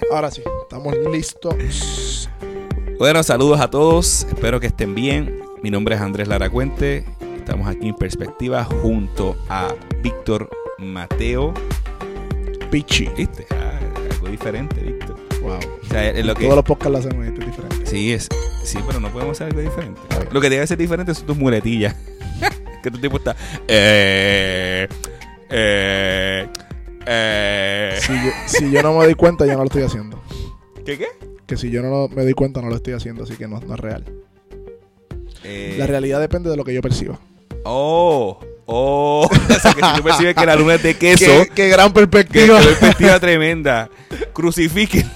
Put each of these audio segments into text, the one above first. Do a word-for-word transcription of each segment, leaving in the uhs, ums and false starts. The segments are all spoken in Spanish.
Ahora sí, estamos listos. Bueno, saludos a todos. Espero que estén bien. Mi nombre es Andrés Laracuente. Estamos aquí en Perspectiva junto a Víctor Mateo Pichi. ¿Viste? Ah, algo diferente, Víctor. Wow. O sea, es lo que... Todos los podcasts lo hacemos este diferente. Sí, es... sí, pero no podemos hacer algo diferente. Lo que debe ser diferente son tus muletillas. Que tu tipo está... Eh... Eh... Eh... Si yo, si yo no me doy cuenta, ya no lo estoy haciendo. ¿Qué qué? Que si yo no lo- me doy cuenta, no lo estoy haciendo, así que no, no es real. Eh... La realidad depende de lo que yo perciba. Oh... Oh... O sea, que si tú percibes que la luna es de queso... Qué, qué gran Qué, perspectiva. qué perspectiva tremenda. Crucifíquenlo.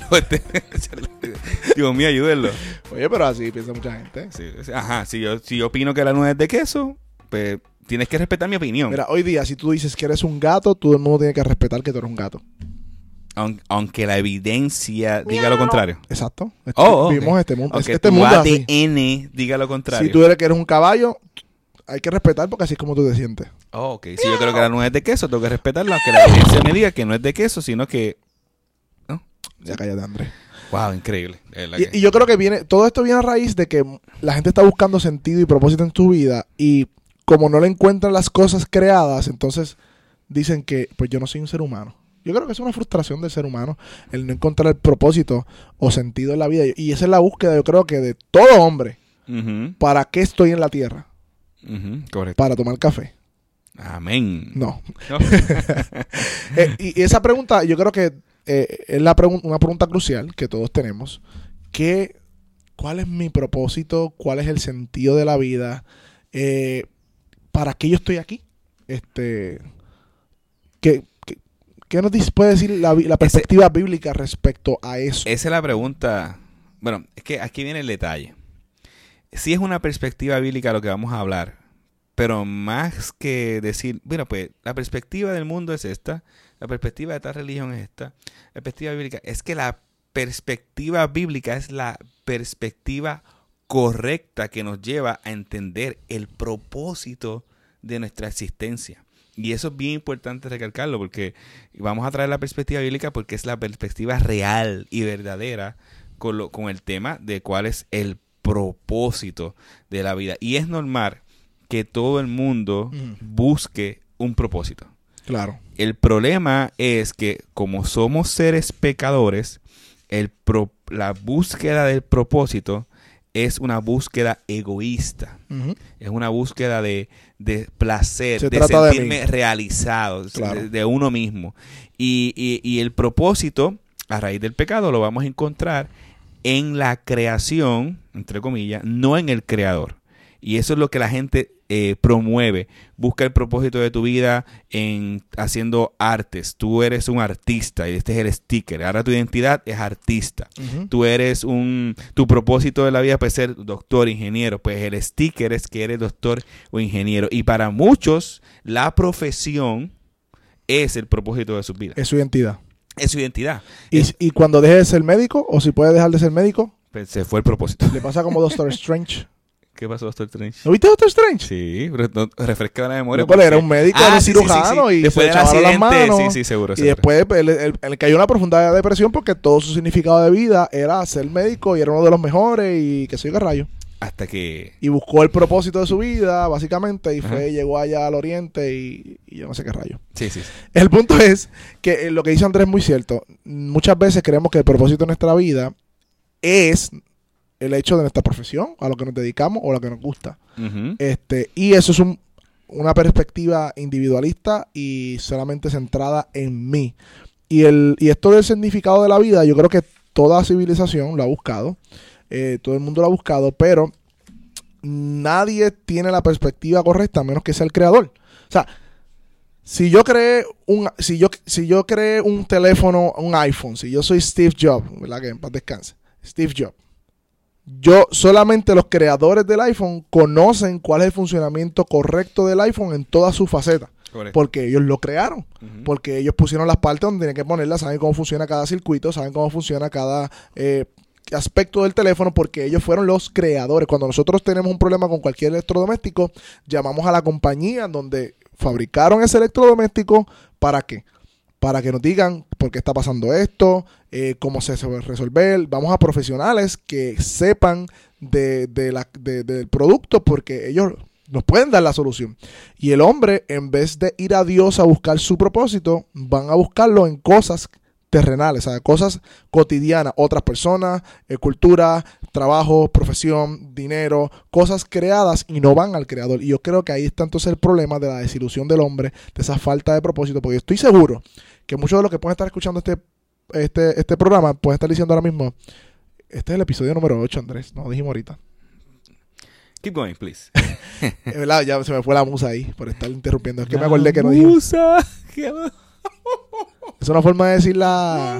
Dios mío, ayúdenlo. Oye, pero así piensa mucha gente. Sí, sí, ajá, si yo, si yo opino que la nuez es de queso, pues tienes que respetar mi opinión. Mira, hoy día, si tú dices que eres un gato, todo el mundo tiene que respetar que tú eres un gato. Aun- aunque la evidencia diga lo contrario. Exacto. Este- Oh, vivimos ok. este mundo. Aunque Este tu mundo es A así. D N diga lo contrario. Si tú eres que eres un caballo, hay que respetar porque así es como tú te sientes. Oh, ok. Si yo creo que la nuez es de queso, tengo que respetarla, aunque la evidencia me diga que no es de queso, sino que... ¿no? Ya cállate, Andrés. Wow, increíble. De verdad que- Y, y yo creo que viene, todo esto viene a raíz de que la gente está buscando sentido y propósito en su vida y como no le encuentran las cosas creadas, entonces dicen que pues yo no soy un ser humano. Yo creo que es una frustración del ser humano el no encontrar el propósito o sentido en la vida. Y esa es la búsqueda, yo creo que de todo hombre. Ujú, ¿Para qué estoy en la tierra? ujú, correcto. Para tomar café. Amén. No. No. Eh, y, y esa pregunta, yo creo que eh, es la pregun- una pregunta crucial que todos tenemos. ¿Qué, ¿Cuál es mi propósito? ¿Cuál es el sentido de la vida? Eh, ¿Para qué yo estoy aquí? Este, ¿qué, qué, qué nos dice- puede decir la, bi- la perspectiva bíblica respecto a eso? Esa es la pregunta. Bueno, es que aquí viene el detalle. Sí es una perspectiva bíblica lo que vamos a hablar, pero más que decir, bueno, pues la perspectiva del mundo es esta, la perspectiva de esta religión es esta, la perspectiva bíblica, es que la perspectiva bíblica es la perspectiva correcta que nos lleva a entender el propósito de nuestra existencia. Y eso es bien importante recalcarlo porque vamos a traer la perspectiva bíblica porque es la perspectiva real y verdadera con, lo, con el tema de cuál es el propósito de la vida. Y es normal que todo el mundo Ujú. busque un propósito. Claro. El problema es que como somos seres pecadores, el pro, la búsqueda del propósito es una búsqueda egoísta. Ujú. Es una búsqueda de, de placer, Se de trata de sentirme mí. realizado, Claro. de, de uno mismo. Y, y, y el propósito, a raíz del pecado, lo vamos a encontrar en la creación, entre comillas, no en el creador. Y eso es lo que la gente eh, promueve. Busca el propósito de tu vida en haciendo artes. Tú eres un artista y este es el sticker. Ahora tu identidad es artista. Ujú. Tú eres un... Tu propósito de la vida puede ser doctor, ingeniero. Pues el sticker es que eres doctor o ingeniero. Y para muchos, la profesión es el propósito de su vida. Es su identidad. Es su identidad. Y, Es- y cuando deje de ser médico, o si puede dejar de ser médico, pues, se fue el propósito. le pasa como Doctor Strange. ¿Qué pasó, Doctor Strange? ¿No viste Doctor Strange? Sí, re- no, refresca la memoria. No, pero porque- era un médico, Ah, era un sí, sí, sí, cirujano sí. y Después se del echaban las accidente, manos. sí, sí, seguro. Y seguro. después pues, él, él- él cayó en una profunda depresión porque todo su significado de vida era ser médico y era uno de los mejores y qué sé yo qué rayo. Hasta que... Y buscó el propósito de su vida, básicamente, y Ajá. fue, llegó allá al oriente y, y yo no sé qué rayo. Sí, sí, sí. El punto es que eh, lo que dice Andrés es muy cierto. Muchas veces creemos que el propósito de nuestra vida es el hecho de nuestra profesión, a lo que nos dedicamos o a lo que nos gusta. Ujú. Este, y eso es un- una perspectiva individualista y solamente centrada en mí. Y, el, y esto del significado de la vida, yo creo que toda civilización lo ha buscado. Eh, todo el mundo lo ha buscado, pero nadie tiene la perspectiva correcta a menos que sea el creador. O sea, si yo creé un, si yo, si yo creé un teléfono, un iPhone, si yo soy Steve Jobs, ¿verdad? Que en paz descanse. Steve Jobs. Yo, solamente los creadores del iPhone conocen cuál es el funcionamiento correcto del iPhone en todas sus facetas. Correcto. Porque ellos lo crearon. Ujú. Porque ellos pusieron las partes donde tienen que ponerlas, saben cómo funciona cada circuito, saben cómo funciona cada eh, aspecto del teléfono, porque ellos fueron los creadores. Cuando nosotros tenemos un problema con cualquier electrodoméstico, llamamos a la compañía donde fabricaron ese electrodoméstico. ¿Para qué? para que nos digan por qué está pasando esto, eh, cómo se va a resolver. Vamos a profesionales que sepan de, de la, de, del producto, porque ellos nos pueden dar la solución. Y el hombre, en vez de ir a Dios a buscar su propósito, van a buscarlo en cosas terrenales, o sea, cosas cotidianas, otras personas, eh, cultura, trabajo, profesión, dinero, cosas creadas, y no van al creador. Y yo creo que ahí está entonces el problema de la desilusión del hombre, de esa falta de propósito, porque yo estoy seguro que muchos de los que pueden estar escuchando este, este, este programa pueden estar diciendo ahora mismo, este es el episodio número ocho, Andrés, no dijimos ahorita. Keep going, please. Es verdad, ya se me fue la musa ahí por estar interrumpiendo. Es que la me acordé que no dije. Musa. Es una forma de decir la.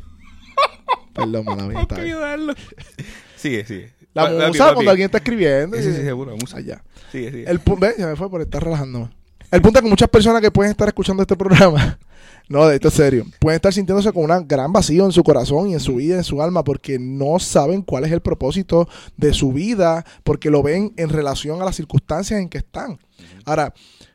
Perdón, mala mía. Hay que ayudarlo. Sigue, sigue. La Va, musa papi, cuando papi. alguien está escribiendo. Sí, sí, sí, seguro, musa. Allá. Sigue, sigue. El punto, ve, se me fue por estar relajándome. El punto es que muchas personas que pueden estar escuchando este programa, no, de esto es serio, pueden estar sintiéndose con un gran vacío en su corazón y en su vida, en su alma, porque no saben cuál es el propósito de su vida, porque lo ven en relación a las circunstancias en que están. Ahora,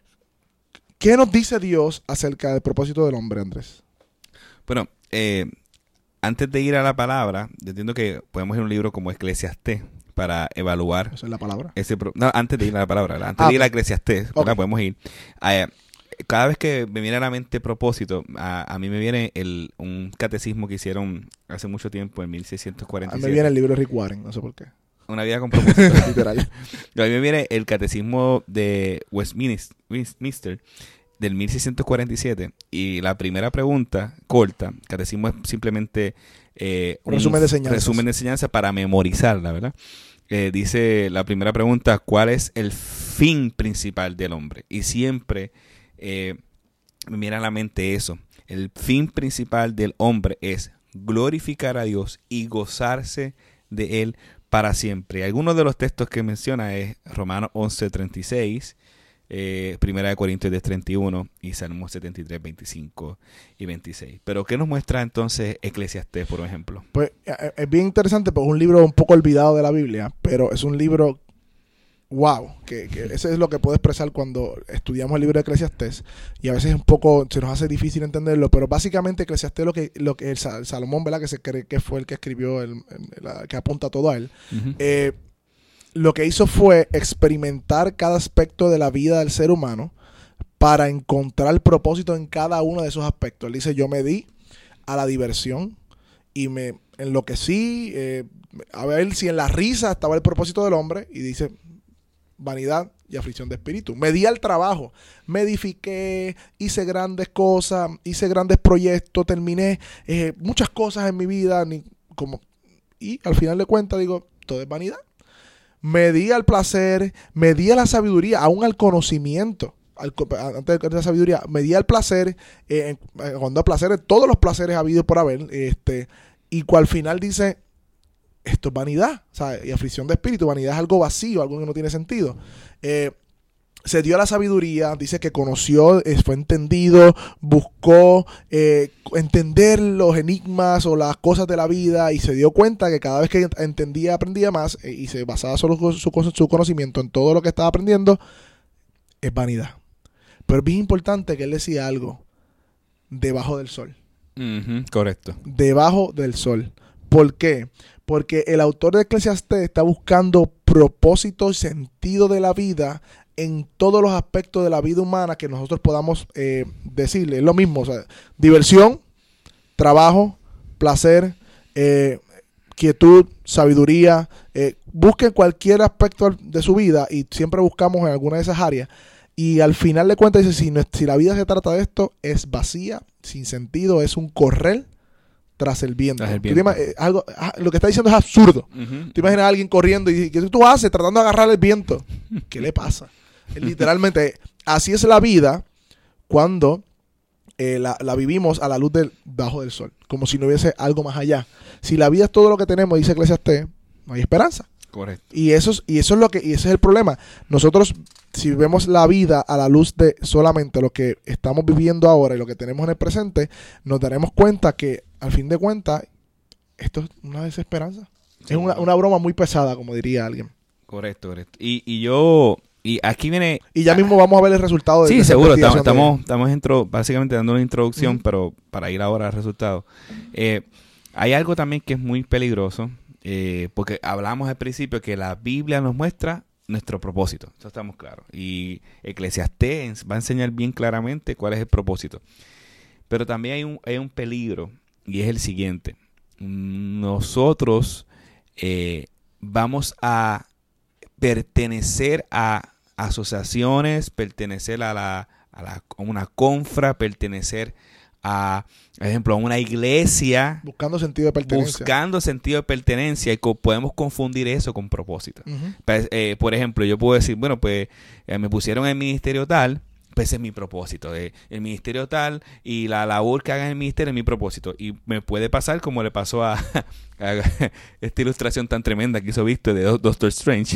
¿qué nos dice Dios acerca del propósito del hombre, Andrés? Bueno, eh, antes de ir a la palabra, yo entiendo que podemos ir a un libro como Eclesiastés para evaluar. ¿Esa es la palabra? Ese pro- no, antes de ir a la palabra, antes Ah, de ir a ok. Eclesiastés, Ok. ¿verdad? Podemos ir. Eh, cada vez que me viene a la mente propósito, a, a mí me viene el, un catecismo que hicieron hace mucho tiempo, en mil seiscientos cuarenta A y mí siete. me viene el libro de Rick Warren, no sé por qué. Una vida con propósito. Literal. A mí me viene el catecismo de Westminster, Westminster del mil seiscientos cuarenta y siete, y la primera pregunta corta, catecismo es simplemente eh, Un resumen de enseñanzas. resumen de enseñanza para memorizarla, ¿verdad? Eh, dice la primera pregunta, ¿cuál es el fin principal del hombre? Y siempre eh, me viene a la mente eso. El fin principal del hombre es glorificar a Dios y gozarse de Él para siempre. Y algunos de los textos que menciona es Romanos once, treinta y seis, eh, Primera de Corintios diez, treinta y uno y Salmos setenta y tres, veinticinco y veintiséis. Pero ¿qué nos muestra entonces Eclesiastés, por ejemplo? Pues eh, es bien interesante, porque es un libro un poco olvidado de la Biblia, pero es un libro, wow, que, que ese es lo que puedo expresar cuando estudiamos el libro de Eclesiastés, y a veces un poco se nos hace difícil entenderlo, pero básicamente Eclesiastés lo que, lo que el Sal- Salomón, ¿verdad? Que se cree que fue el que escribió, el, el- la- que apunta todo a él, Uh-huh. eh, lo que hizo fue experimentar cada aspecto de la vida del ser humano para encontrar propósito en cada uno de esos aspectos. Él dice, yo me di a la diversión y me enloquecí, eh, a ver si en la risa estaba el propósito del hombre, y dice, vanidad y aflicción de espíritu. Me di al trabajo, me edifiqué, hice grandes cosas, hice grandes proyectos, terminé eh, muchas cosas en mi vida, ni, como, y al final de cuentas digo, todo es vanidad. Me di al placer, me di a la sabiduría, aún al conocimiento. Al, antes de la sabiduría, me di al placer, eh, cuando hay placeres, todos los placeres habidos por haber, este, y al final dice, esto es vanidad, ¿sabes? Y aflicción de espíritu. Vanidad es algo vacío, algo que no tiene sentido. Eh, se dio a la sabiduría, dice que conoció, eh, fue entendido, buscó eh, entender los enigmas o las cosas de la vida, y se dio cuenta que cada vez que entendía, aprendía más, eh, y se basaba solo su, su, su conocimiento en todo lo que estaba aprendiendo, es vanidad. Pero es bien importante que él decía algo, debajo del sol. Uh-huh. Correcto. Debajo del sol. ¿Por qué? Porque el autor de Eclesiastés está buscando propósito y sentido de la vida en todos los aspectos de la vida humana que nosotros podamos eh, decirle. Es lo mismo, o sea, diversión, trabajo, placer, eh, quietud, sabiduría. Eh, busquen cualquier aspecto de su vida y siempre buscamos en alguna de esas áreas. Y al final de cuentas dice, si, no, si la vida se trata de esto, es vacía, sin sentido, es un correr tras el viento. Tras el ¿Tú te viento. ima- eh, algo, ah, lo que está diciendo es absurdo. Uh-huh. Te imaginas a alguien corriendo y dices, ¿qué tú haces tratando de agarrar el viento? ¿Qué le pasa? Literalmente, así es la vida cuando eh, la, la vivimos a la luz del bajo del sol, como si no hubiese algo más allá. Si la vida es todo lo que tenemos, dice Eclesiastés, no hay esperanza. Correcto. Y eso es, y eso es lo que, y ese es el problema. Nosotros, si vemos la vida a la luz de solamente lo que estamos viviendo ahora y lo que tenemos en el presente, nos daremos cuenta que, al fin de cuentas, esto es una desesperanza. Sí, es una, bueno. una broma muy pesada, como diría alguien. Correcto, correcto. Y, y yo Y aquí viene... Y ya mismo vamos a ver el resultado de Sí, esa seguro. Estamos, investigación de- estamos, estamos intro- básicamente dando una introducción, Ujú. pero para ir ahora al resultado. Eh, hay algo también que es muy peligroso, eh, porque hablamos al principio que la Biblia nos muestra nuestro propósito. Eso estamos claros. Y Eclesiastés va a enseñar bien claramente cuál es el propósito. Pero también hay un, hay un peligro, y es el siguiente. Nosotros eh, vamos a pertenecer a asociaciones, pertenecer a, la, a, la, a una confra, pertenecer a, por ejemplo, a una iglesia, Buscando sentido de pertenencia. buscando sentido de pertenencia, y co- podemos confundir eso con propósito. Ujú. Pues, eh, por ejemplo, yo puedo decir, bueno, pues eh, me pusieron en el ministerio tal, pues ese es mi propósito, eh, el ministerio tal y la labor que haga en el ministerio es mi propósito. Y me puede pasar como le pasó a, a esta ilustración tan tremenda que hizo Víctor de Do- Doctor Strange.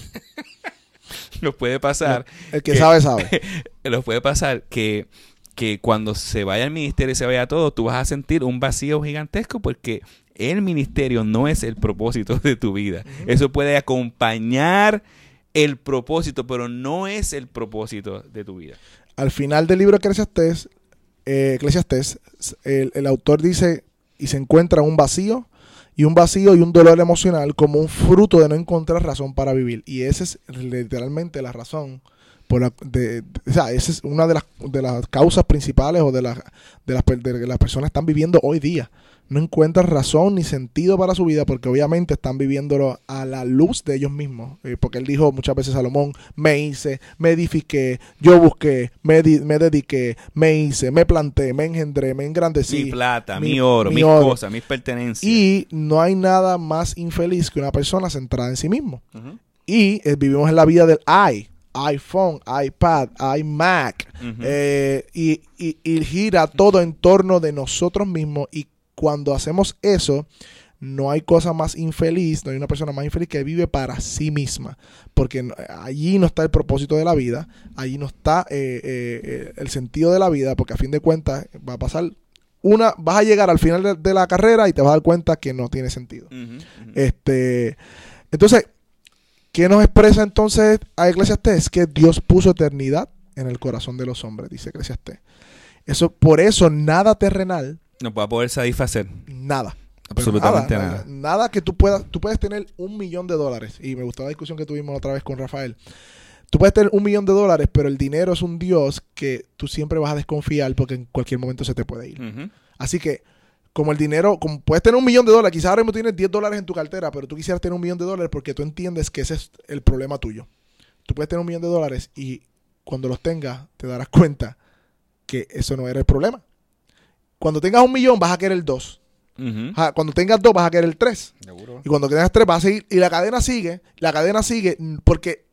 Nos puede pasar, El que que- sabe, sabe. nos puede pasar que, que cuando se vaya al ministerio y se vaya todo, tú vas a sentir un vacío gigantesco porque el ministerio no es el propósito de tu vida. Ujú. Eso puede acompañar el propósito, pero no es el propósito de tu vida. Al final del libro de Eclesiastés, eh, Eclesiastés el, el autor dice, y se encuentra un vacío, y un vacío y un dolor emocional como un fruto de no encontrar razón para vivir. Y esa es literalmente la razón, por la, de, de, o sea, esa es una de las, de las causas principales o de, la, de, las, de que las personas están viviendo hoy día. No encuentran razón ni sentido para su vida porque obviamente están viviéndolo a la luz de ellos mismos. Eh, porque él dijo muchas veces, Salomón, me hice, me edifiqué, yo busqué, me, di- me dediqué, me hice, me planté, me engendré, me engrandecí. mi plata, mi, mi- oro, mi mis oro. cosas, mis pertenencias. Y no hay nada más infeliz que una persona centrada en sí mismo. Ujú, Y eh, vivimos en la vida del I. iPhone, iPad, iMac. ujú. Eh, y, y, y gira todo en torno de nosotros mismos. Y cuando hacemos eso, no hay cosa más infeliz, no hay una persona más infeliz que vive para sí misma. Porque no- allí no está el propósito de la vida, allí no está eh, eh, eh, el sentido de la vida, porque a fin de cuentas va a pasar una, vas a llegar al final de, de la carrera y te vas a dar cuenta que no tiene sentido. Ujú, ujú. Este, entonces, ¿qué nos expresa entonces a Eclesiastés? Que Dios puso eternidad en el corazón de los hombres, dice Eclesiastés. Eso, por eso nada terrenal, No va a poder satisfacer nada. absolutamente nada, nada. nada que tú puedas, tú puedes tener un millón de dólares. Y me gustó la discusión que tuvimos otra vez con Rafael. Tú puedes tener un millón de dólares, pero el dinero es un Dios que tú siempre vas a desconfiar porque en cualquier momento se te puede ir. Ujú. Así que, como el dinero, como puedes tener un millón de dólares, quizás ahora mismo tienes diez dólares en tu cartera, pero tú quisieras tener un millón de dólares porque tú entiendes que ese es el problema tuyo. Tú puedes tener un millón de dólares y cuando los tengas te darás cuenta que eso no era el problema. Cuando tengas un millón vas a querer el dos. Ujú. Ajá, cuando tengas dos vas a querer el tres. Seguro. Y cuando tengas tres vas a seguir. Y la cadena sigue, la cadena sigue mm, porque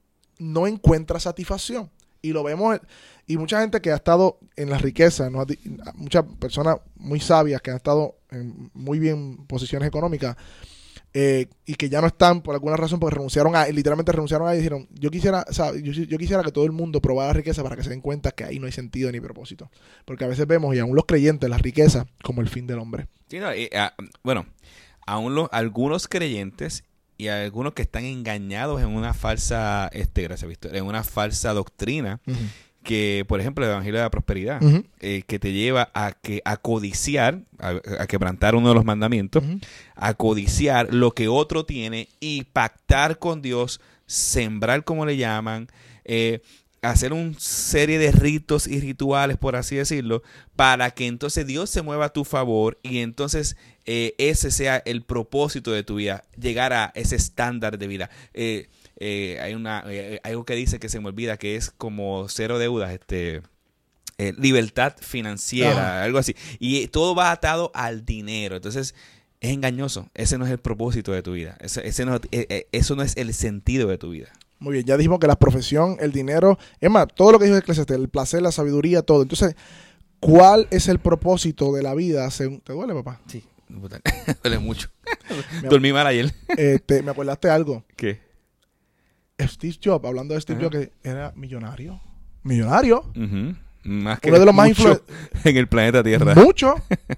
no encuentra satisfacción. Y lo vemos, en- y mucha gente que ha estado en la riqueza, ¿no? Muchas personas muy sabias que han estado en muy bien posiciones económicas eh, y que ya no están por alguna razón porque renunciaron a, literalmente renunciaron a y dijeron, yo quisiera, o sea, yo, yo quisiera que todo el mundo probara la riqueza para que se den cuenta que ahí no hay sentido ni propósito. Porque a veces vemos, y aún los creyentes, la riqueza como el fin del hombre. Sí, no, y, ah, bueno, aún los, algunos creyentes y algunos que están engañados en una falsa, este, gracias Víctor, en una falsa doctrina, Ujú. que por ejemplo el Evangelio de la Prosperidad, Ujú. eh, que te lleva a que a codiciar, a, a quebrantar uno de los mandamientos, Ujú. a codiciar lo que otro tiene y pactar con Dios, sembrar como le llaman, eh, hacer una serie de ritos y rituales, por así decirlo, para que entonces Dios se mueva a tu favor y entonces eh, ese sea el propósito de tu vida, llegar a ese estándar de vida. Eh, eh, hay una eh, algo que dice que se me olvida que es como cero deudas, este eh, libertad financiera, Ajá. algo así. Y todo va atado al dinero. Entonces es engañoso. Ese no es el propósito de tu vida. Ese, ese no, eh, eh, eso no es el sentido de tu vida. Muy bien, ya dijimos que la profesión, el dinero, es más, todo lo que dijo Eclesiastés, el placer, la sabiduría, todo. Entonces, ¿cuál es el propósito de la vida? según- ¿Te duele, papá? Sí, duele mucho. Me- Dormí mal ayer. Eh, te- me acordaste algo. ¿Qué? Steve Jobs, hablando de Steve Ajá. Jobs, que era millonario. Millonario. Ujú. Más que Uno de los más mucho en el planeta Tierra. Mucho.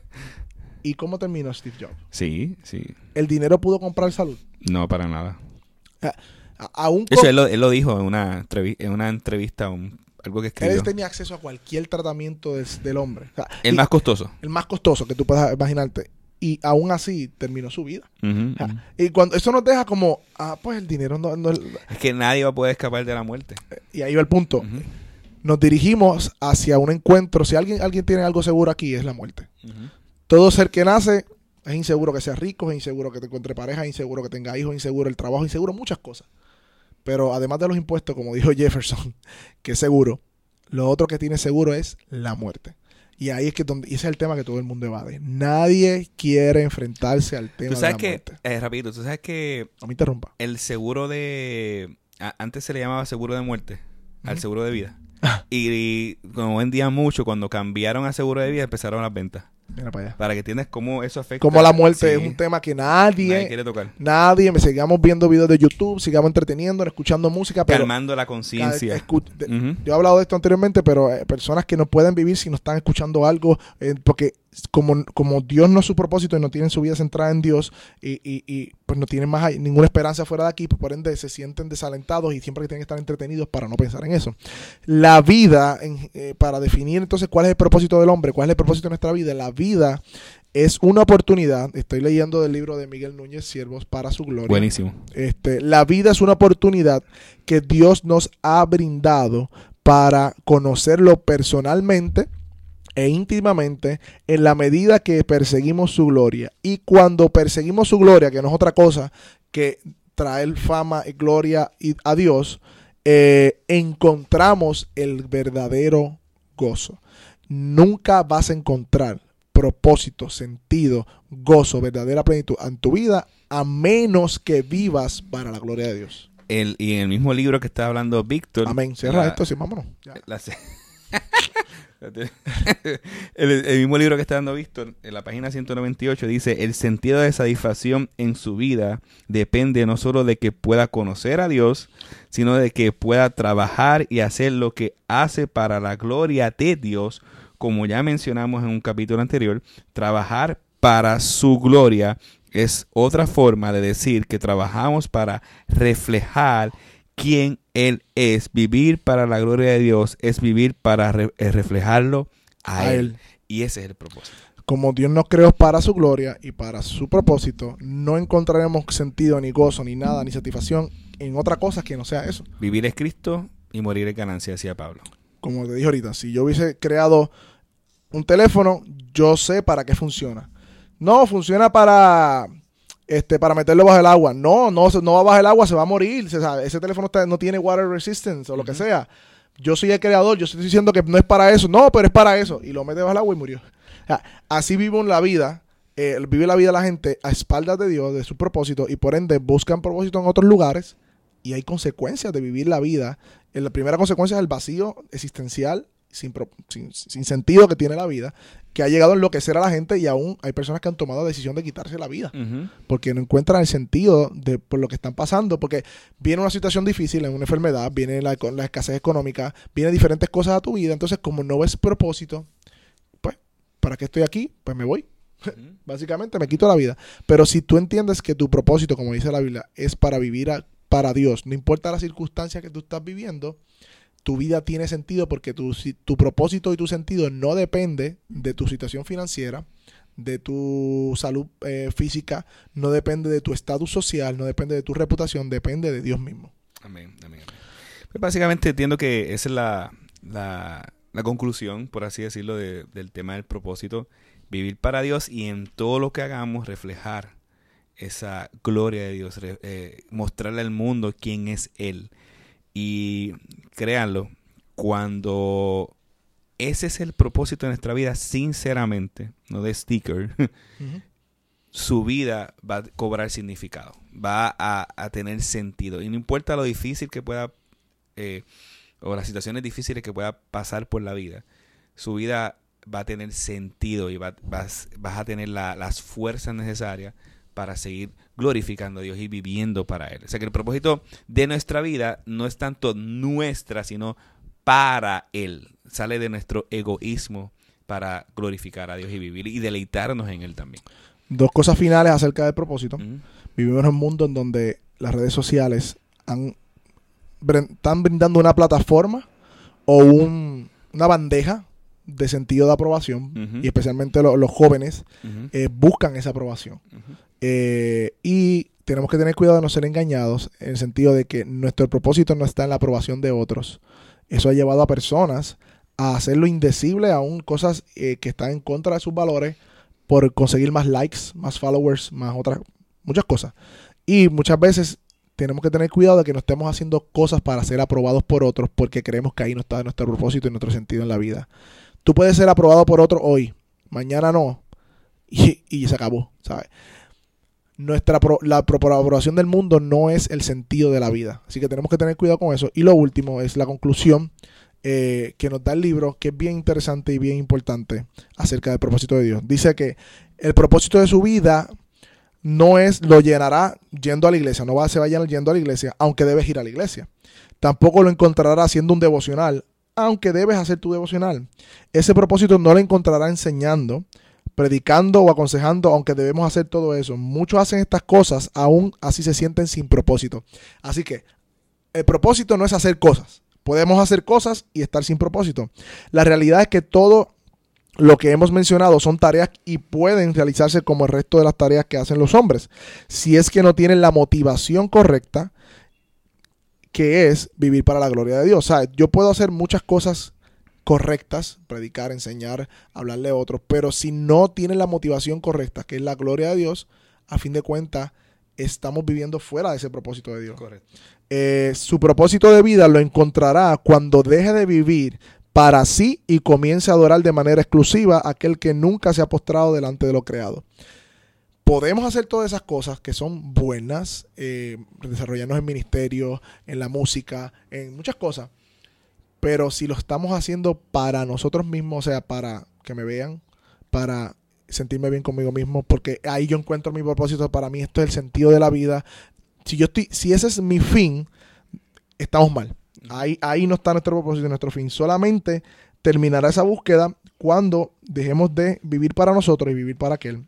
¿Y cómo terminó Steve Jobs? Sí, sí. ¿El dinero pudo comprar salud? No, para nada. A- aún De con- hecho, él lo, él lo dijo en una, entrevi- en una entrevista, un- algo que escribió. él tenía acceso a cualquier tratamiento del, del hombre. O sea, El y- más costoso. el más costoso que tú puedas imaginarte. Y aún así terminó su vida. Ujú, O sea, ujú. y cuando eso nos deja como, ah, pues el dinero no... no- Es que nadie va a poder escapar de la muerte. y ahí va el punto. Ujú, Nos dirigimos hacia un encuentro. Si alguien, alguien tiene algo seguro aquí, es la muerte. ujú. Todo ser que nace es inseguro que sea rico, es inseguro que te encuentre pareja, es inseguro que tenga hijos, es inseguro el trabajo, es inseguro muchas cosas. Pero además de los impuestos, como dijo Jefferson, que es seguro, lo otro que tiene seguro es la muerte. Y ahí es que donde, y ese es el tema que todo el mundo evade. Nadie quiere enfrentarse al tema Tú de sabes la que, muerte. eh, rapidito, tú sabes que No me interrumpa. el seguro de... a- antes se le llamaba seguro de muerte al Ujú. seguro de vida. Y, y como vendían mucho, cuando cambiaron a seguro de vida, empezaron las ventas. Mira para allá. Para que entiendas cómo eso afecta. Como la muerte Sí, es un tema que nadie, nadie quiere tocar. nadie, me sigamos viendo videos de YouTube, sigamos entreteniendo, escuchando música, pero Calmando la cada- conciencia. escu- de- Ujú. yo he hablado de esto anteriormente, pero eh, personas que no pueden vivir si no están escuchando algo, eh, porque como, como Dios no es su propósito y no tienen su vida centrada en Dios y, y, y, pues no tienen más ahí- ninguna esperanza fuera de aquí, pues por ende se sienten desalentados y siempre que tienen que estar entretenidos para no pensar en eso. La vida, en- eh, para definir entonces cuál es el propósito del hombre, cuál es el propósito de nuestra vida, la vida es una oportunidad. Estoy leyendo del libro de Miguel Núñez, Siervos para su gloria. Buenísimo. Este, la vida es una oportunidad que Dios nos ha brindado para conocerlo personalmente e íntimamente en la medida que perseguimos su gloria. Y cuando perseguimos su gloria, que no es otra cosa que traer fama y gloria y- a Dios, eh, encontramos el verdadero gozo. Nunca vas a encontrar propósito, sentido, gozo, verdadera plenitud en tu vida a menos que vivas para la gloria de Dios. El, y en el mismo libro que está hablando Víctor. Amén. Cierra la- esto, sí, vámonos. Ya. la se- el, el mismo libro que está dando Víctor, en la página ciento noventa y ocho, dice: el sentido de satisfacción en su vida depende no solo de que pueda conocer a Dios, sino de que pueda trabajar y hacer lo que hace para la gloria de Dios. Como ya mencionamos en un capítulo anterior, trabajar para su gloria es otra forma de decir que trabajamos para reflejar quién Él es. Vivir para la gloria de Dios es vivir para re- eh, reflejarlo a, A él. Él. Y ese es el propósito. Como Dios nos creó para su gloria y para su propósito, no encontraremos sentido, ni gozo, ni nada, ni satisfacción en otra cosa que no sea eso. Vivir es Cristo y morir es ganancia, decía Pablo. Como te dije ahorita, si yo hubiese creado un teléfono, yo sé para qué funciona. No, funciona para este para meterlo bajo el agua. No, no, no va bajo el agua, se va a morir. Se sabe, ese teléfono está- no tiene water resistance o lo que Ujú. sea. Yo soy el creador, yo estoy diciendo que no es para eso. No, pero es para eso. Y lo mete bajo el agua y murió. O sea, así vive la vida, eh, vive la vida la gente a espaldas de Dios, de su propósito, y por ende buscan propósito en otros lugares. Y hay consecuencias de vivir la vida. Eh, La primera consecuencia es el vacío existencial sin, pro- sin, sin sentido que tiene la vida, que ha llegado a enloquecer a la gente, y aún hay personas que han tomado la decisión de quitarse la vida Ujú. porque no encuentran el sentido de por lo que están pasando, porque viene una situación difícil, en una enfermedad, viene la, la escasez económica, vienen diferentes cosas a tu vida. Entonces, como no ves propósito, pues, ¿para qué estoy aquí? Pues me voy. Ujú. Básicamente me quito la vida. Pero si tú entiendes que tu propósito, como dice la Biblia, es para vivir a- para Dios, no importa la circunstancia que tú estás viviendo, tu vida tiene sentido, porque tu, si- tu propósito y tu sentido no depende de tu situación financiera, de tu salud eh, física, no depende de tu estatus social, no depende de tu reputación, depende de Dios mismo. Amén, amén, amén. Pues básicamente entiendo que esa es la, la, la conclusión, por así decirlo, de- del tema del propósito. Vivir para Dios y en todo lo que hagamos reflejar esa gloria de Dios, re- eh, mostrarle al mundo quién es Él. Y créanlo, cuando ese es el propósito de nuestra vida, sinceramente, no de sticker, su vida va a cobrar significado, va a, a tener sentido. Y no importa lo difícil que pueda, eh, o las situaciones difíciles que pueda pasar por la vida, su vida va a tener sentido y va, vas, vas a tener la- las fuerzas necesarias para seguir glorificando a Dios y viviendo para Él. O sea que el propósito de nuestra vida no es tanto nuestra, sino para Él. Sale de nuestro egoísmo para glorificar a Dios y vivir y deleitarnos en Él también. Dos cosas finales acerca del propósito. Ujú. Vivimos en un mundo en donde las redes sociales han, están brindando una plataforma o un, una bandeja de sentido de aprobación, uh-huh. y especialmente lo, los jóvenes uh-huh. eh, buscan esa aprobación. Uh-huh. Eh, y tenemos que tener cuidado de no ser engañados en el sentido de que nuestro propósito no está en la aprobación de otros. Eso ha llevado a personas a hacer lo indecible, aún cosas eh, que están en contra de sus valores, por conseguir más likes, más followers, más otras, muchas cosas. Y muchas veces tenemos que tener cuidado de que no estemos haciendo cosas para ser aprobados por otros, porque creemos que ahí no está nuestro propósito y nuestro sentido en la vida. Tú puedes ser aprobado por otro hoy, mañana no, y, y se acabó, ¿sabes? Nuestra pro, la aprobación del mundo no es el sentido de la vida. Así que tenemos que tener cuidado con eso. Y lo último es la conclusión eh, que nos da el libro, que es bien interesante y bien importante acerca del propósito de Dios. Dice que el propósito de su vida no es lo llenará yendo a la iglesia. No va, se va a llenar yendo a la iglesia, aunque debes ir a la iglesia. Tampoco lo encontrará haciendo un devocional, aunque debes hacer tu devocional. Ese propósito no lo encontrará enseñando, predicando o aconsejando, aunque debemos hacer todo eso. Muchos hacen estas cosas, aún así se sienten sin propósito. Así que el propósito no es hacer cosas. Podemos hacer cosas y estar sin propósito. La realidad es que todo lo que hemos mencionado son tareas y pueden realizarse como el resto de las tareas que hacen los hombres, si es que no tienen la motivación correcta, que es vivir para la gloria de Dios. O sea, yo puedo hacer muchas cosas correctas, predicar, enseñar, hablarle a otros, pero si no tienen la motivación correcta, que es la gloria de Dios, a fin de cuentas estamos viviendo fuera de ese propósito de Dios. Correcto. Eh, su propósito de vida lo encontrará cuando deje de vivir para sí y comience a adorar de manera exclusiva a aquel que nunca se ha postrado delante de lo creado. Podemos hacer todas esas cosas que son buenas, eh, desarrollarnos en ministerio, en la música, en muchas cosas, pero si lo estamos haciendo para nosotros mismos, o sea, para que me vean, para sentirme bien conmigo mismo, porque ahí yo encuentro mi propósito. Para mí esto es el sentido de la vida. Si yo estoy, si ese es mi fin, estamos mal. Ahí, ahí no está nuestro propósito y nuestro fin. Solamente terminará esa búsqueda cuando dejemos de vivir para nosotros y vivir para aquel.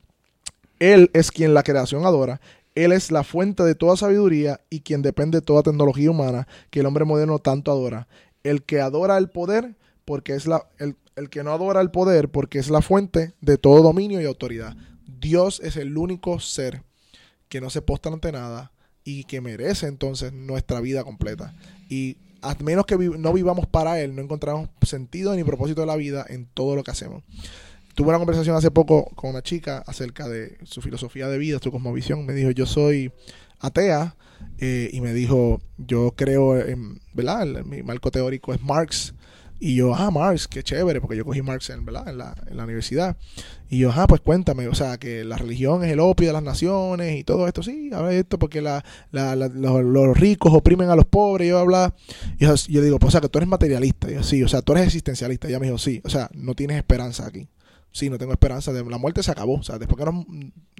Él es quien la creación adora. Él es la fuente de toda sabiduría y quien depende de toda tecnología humana que el hombre moderno tanto adora. El que adora el poder, porque es la, el, el que no adora el poder, porque es la fuente de todo dominio y autoridad. Dios es el único ser que no se postra ante nada y que merece entonces nuestra vida completa. Y a menos que vi- no vivamos para Él, no encontramos sentido ni propósito de la vida en todo lo que hacemos. Tuve una conversación hace poco con una chica acerca de su filosofía de vida, su cosmovisión. Me dijo, yo soy atea, eh, y me dijo, yo creo en, ¿verdad? El, mi marco teórico es Marx. Y yo, ah, Marx, qué chévere, porque yo cogí Marx en, ¿verdad? en, la, en la universidad. Y yo, ah, pues cuéntame, o sea, que la religión es el opio de las naciones y todo esto. Sí, habla de esto porque la, la, la, los, los ricos oprimen a los pobres. Y yo habla, y yo, yo digo, pues, o sea, que tú eres materialista. Y yo, sí, o sea, tú eres existencialista. Y ella me dijo, sí, o sea, no tienes esperanza aquí. Sí, no tengo esperanza. De, la muerte se acabó. O sea, después que no,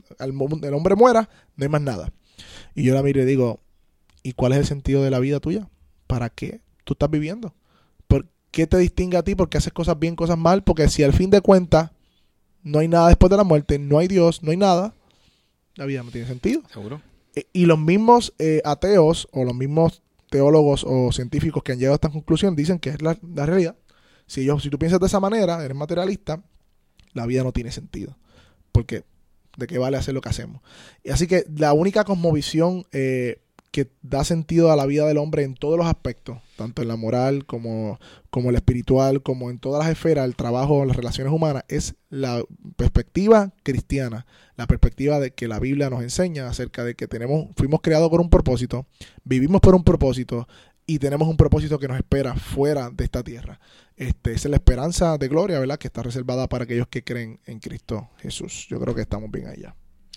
el, el hombre muera, no hay más nada. Y yo la miro y digo, ¿y cuál es el sentido de la vida tuya? ¿Para qué tú estás viviendo? ¿Por qué te distingue a ti? ¿Por qué haces cosas bien, cosas mal? Porque si al fin de cuentas no hay nada después de la muerte, no hay Dios, no hay nada, la vida no tiene sentido. ¿Seguro? E, y los mismos eh, ateos o los mismos teólogos o científicos que han llegado a esta conclusión dicen que es la, la realidad. Si, yo, si tú piensas de esa manera, eres materialista, la vida no tiene sentido. Porque ¿de qué vale hacer lo que hacemos? Y así que la única cosmovisión eh, que da sentido a la vida del hombre en todos los aspectos, tanto en la moral como, como en la espiritual, como en todas las esferas, el trabajo, las relaciones humanas, es la perspectiva cristiana, la perspectiva de que la Biblia nos enseña acerca de que tenemos, fuimos creados por un propósito, vivimos por un propósito y tenemos un propósito que nos espera fuera de esta tierra. Este, esa es la esperanza de gloria, ¿verdad? Que está reservada para aquellos que creen en Cristo Jesús. Yo creo que estamos bien allá.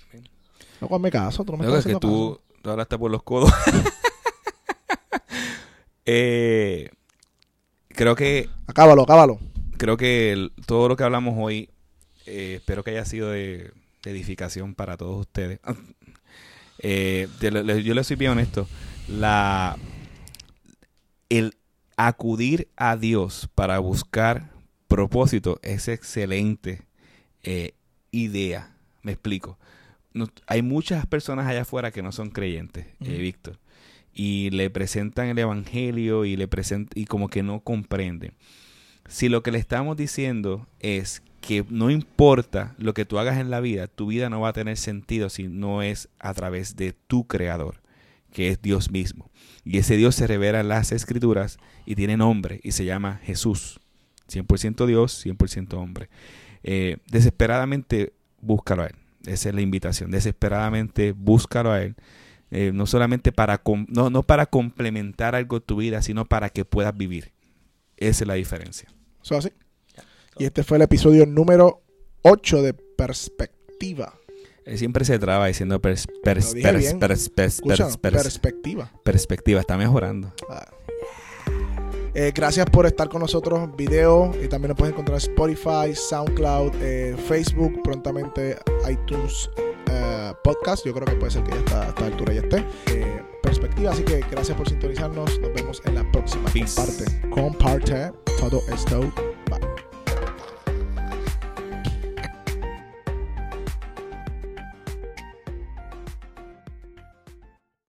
No, hazme caso, tú no me Creo estás que haciendo tú, caso. tú hablaste por los codos. eh, creo que Acábalo, acábalo. creo que el- todo lo que hablamos hoy, eh, espero que haya sido de, de edificación para todos ustedes. Eh, te lo- le- yo les soy bien honesto. La, el acudir a Dios para buscar propósito es excelente eh, idea. Me explico. No- hay muchas personas allá afuera que no son creyentes, eh, Ujú. Víctor. y le presentan el evangelio y le present y como que no comprenden. Si lo que le estamos diciendo es que no importa lo que tú hagas en la vida, tu vida no va a tener sentido si no es a través de tu creador, que es Dios mismo. Y ese Dios se revela en las Escrituras y tiene nombre y se llama Jesús. cien por ciento Dios, cien por ciento hombre. Eh, desesperadamente búscalo a Él. Esa es la invitación. Desesperadamente búscalo a Él. Eh, no solamente para, com- no, no para complementar algo de tu vida, sino para que puedas vivir. Esa es la diferencia. ¿Eso así? Y este fue el episodio número ocho de Perspectiva. Él siempre se traba diciendo pers, pers, Lo dije pers, bien. pers, pers, Escucha, pers, pers, Perspectiva. perspectiva. Está mejorando. Ah. Eh, gracias por estar con nosotros. Video. Y también nos puedes encontrar en Spotify, SoundCloud, eh, Facebook, prontamente iTunes eh, Podcast. Yo creo que puede ser que ya está, a esta altura ya esté. Eh, perspectiva. Así que gracias por sintonizarnos. Nos vemos en la próxima. Peace. Comparte. Comparte todo esto.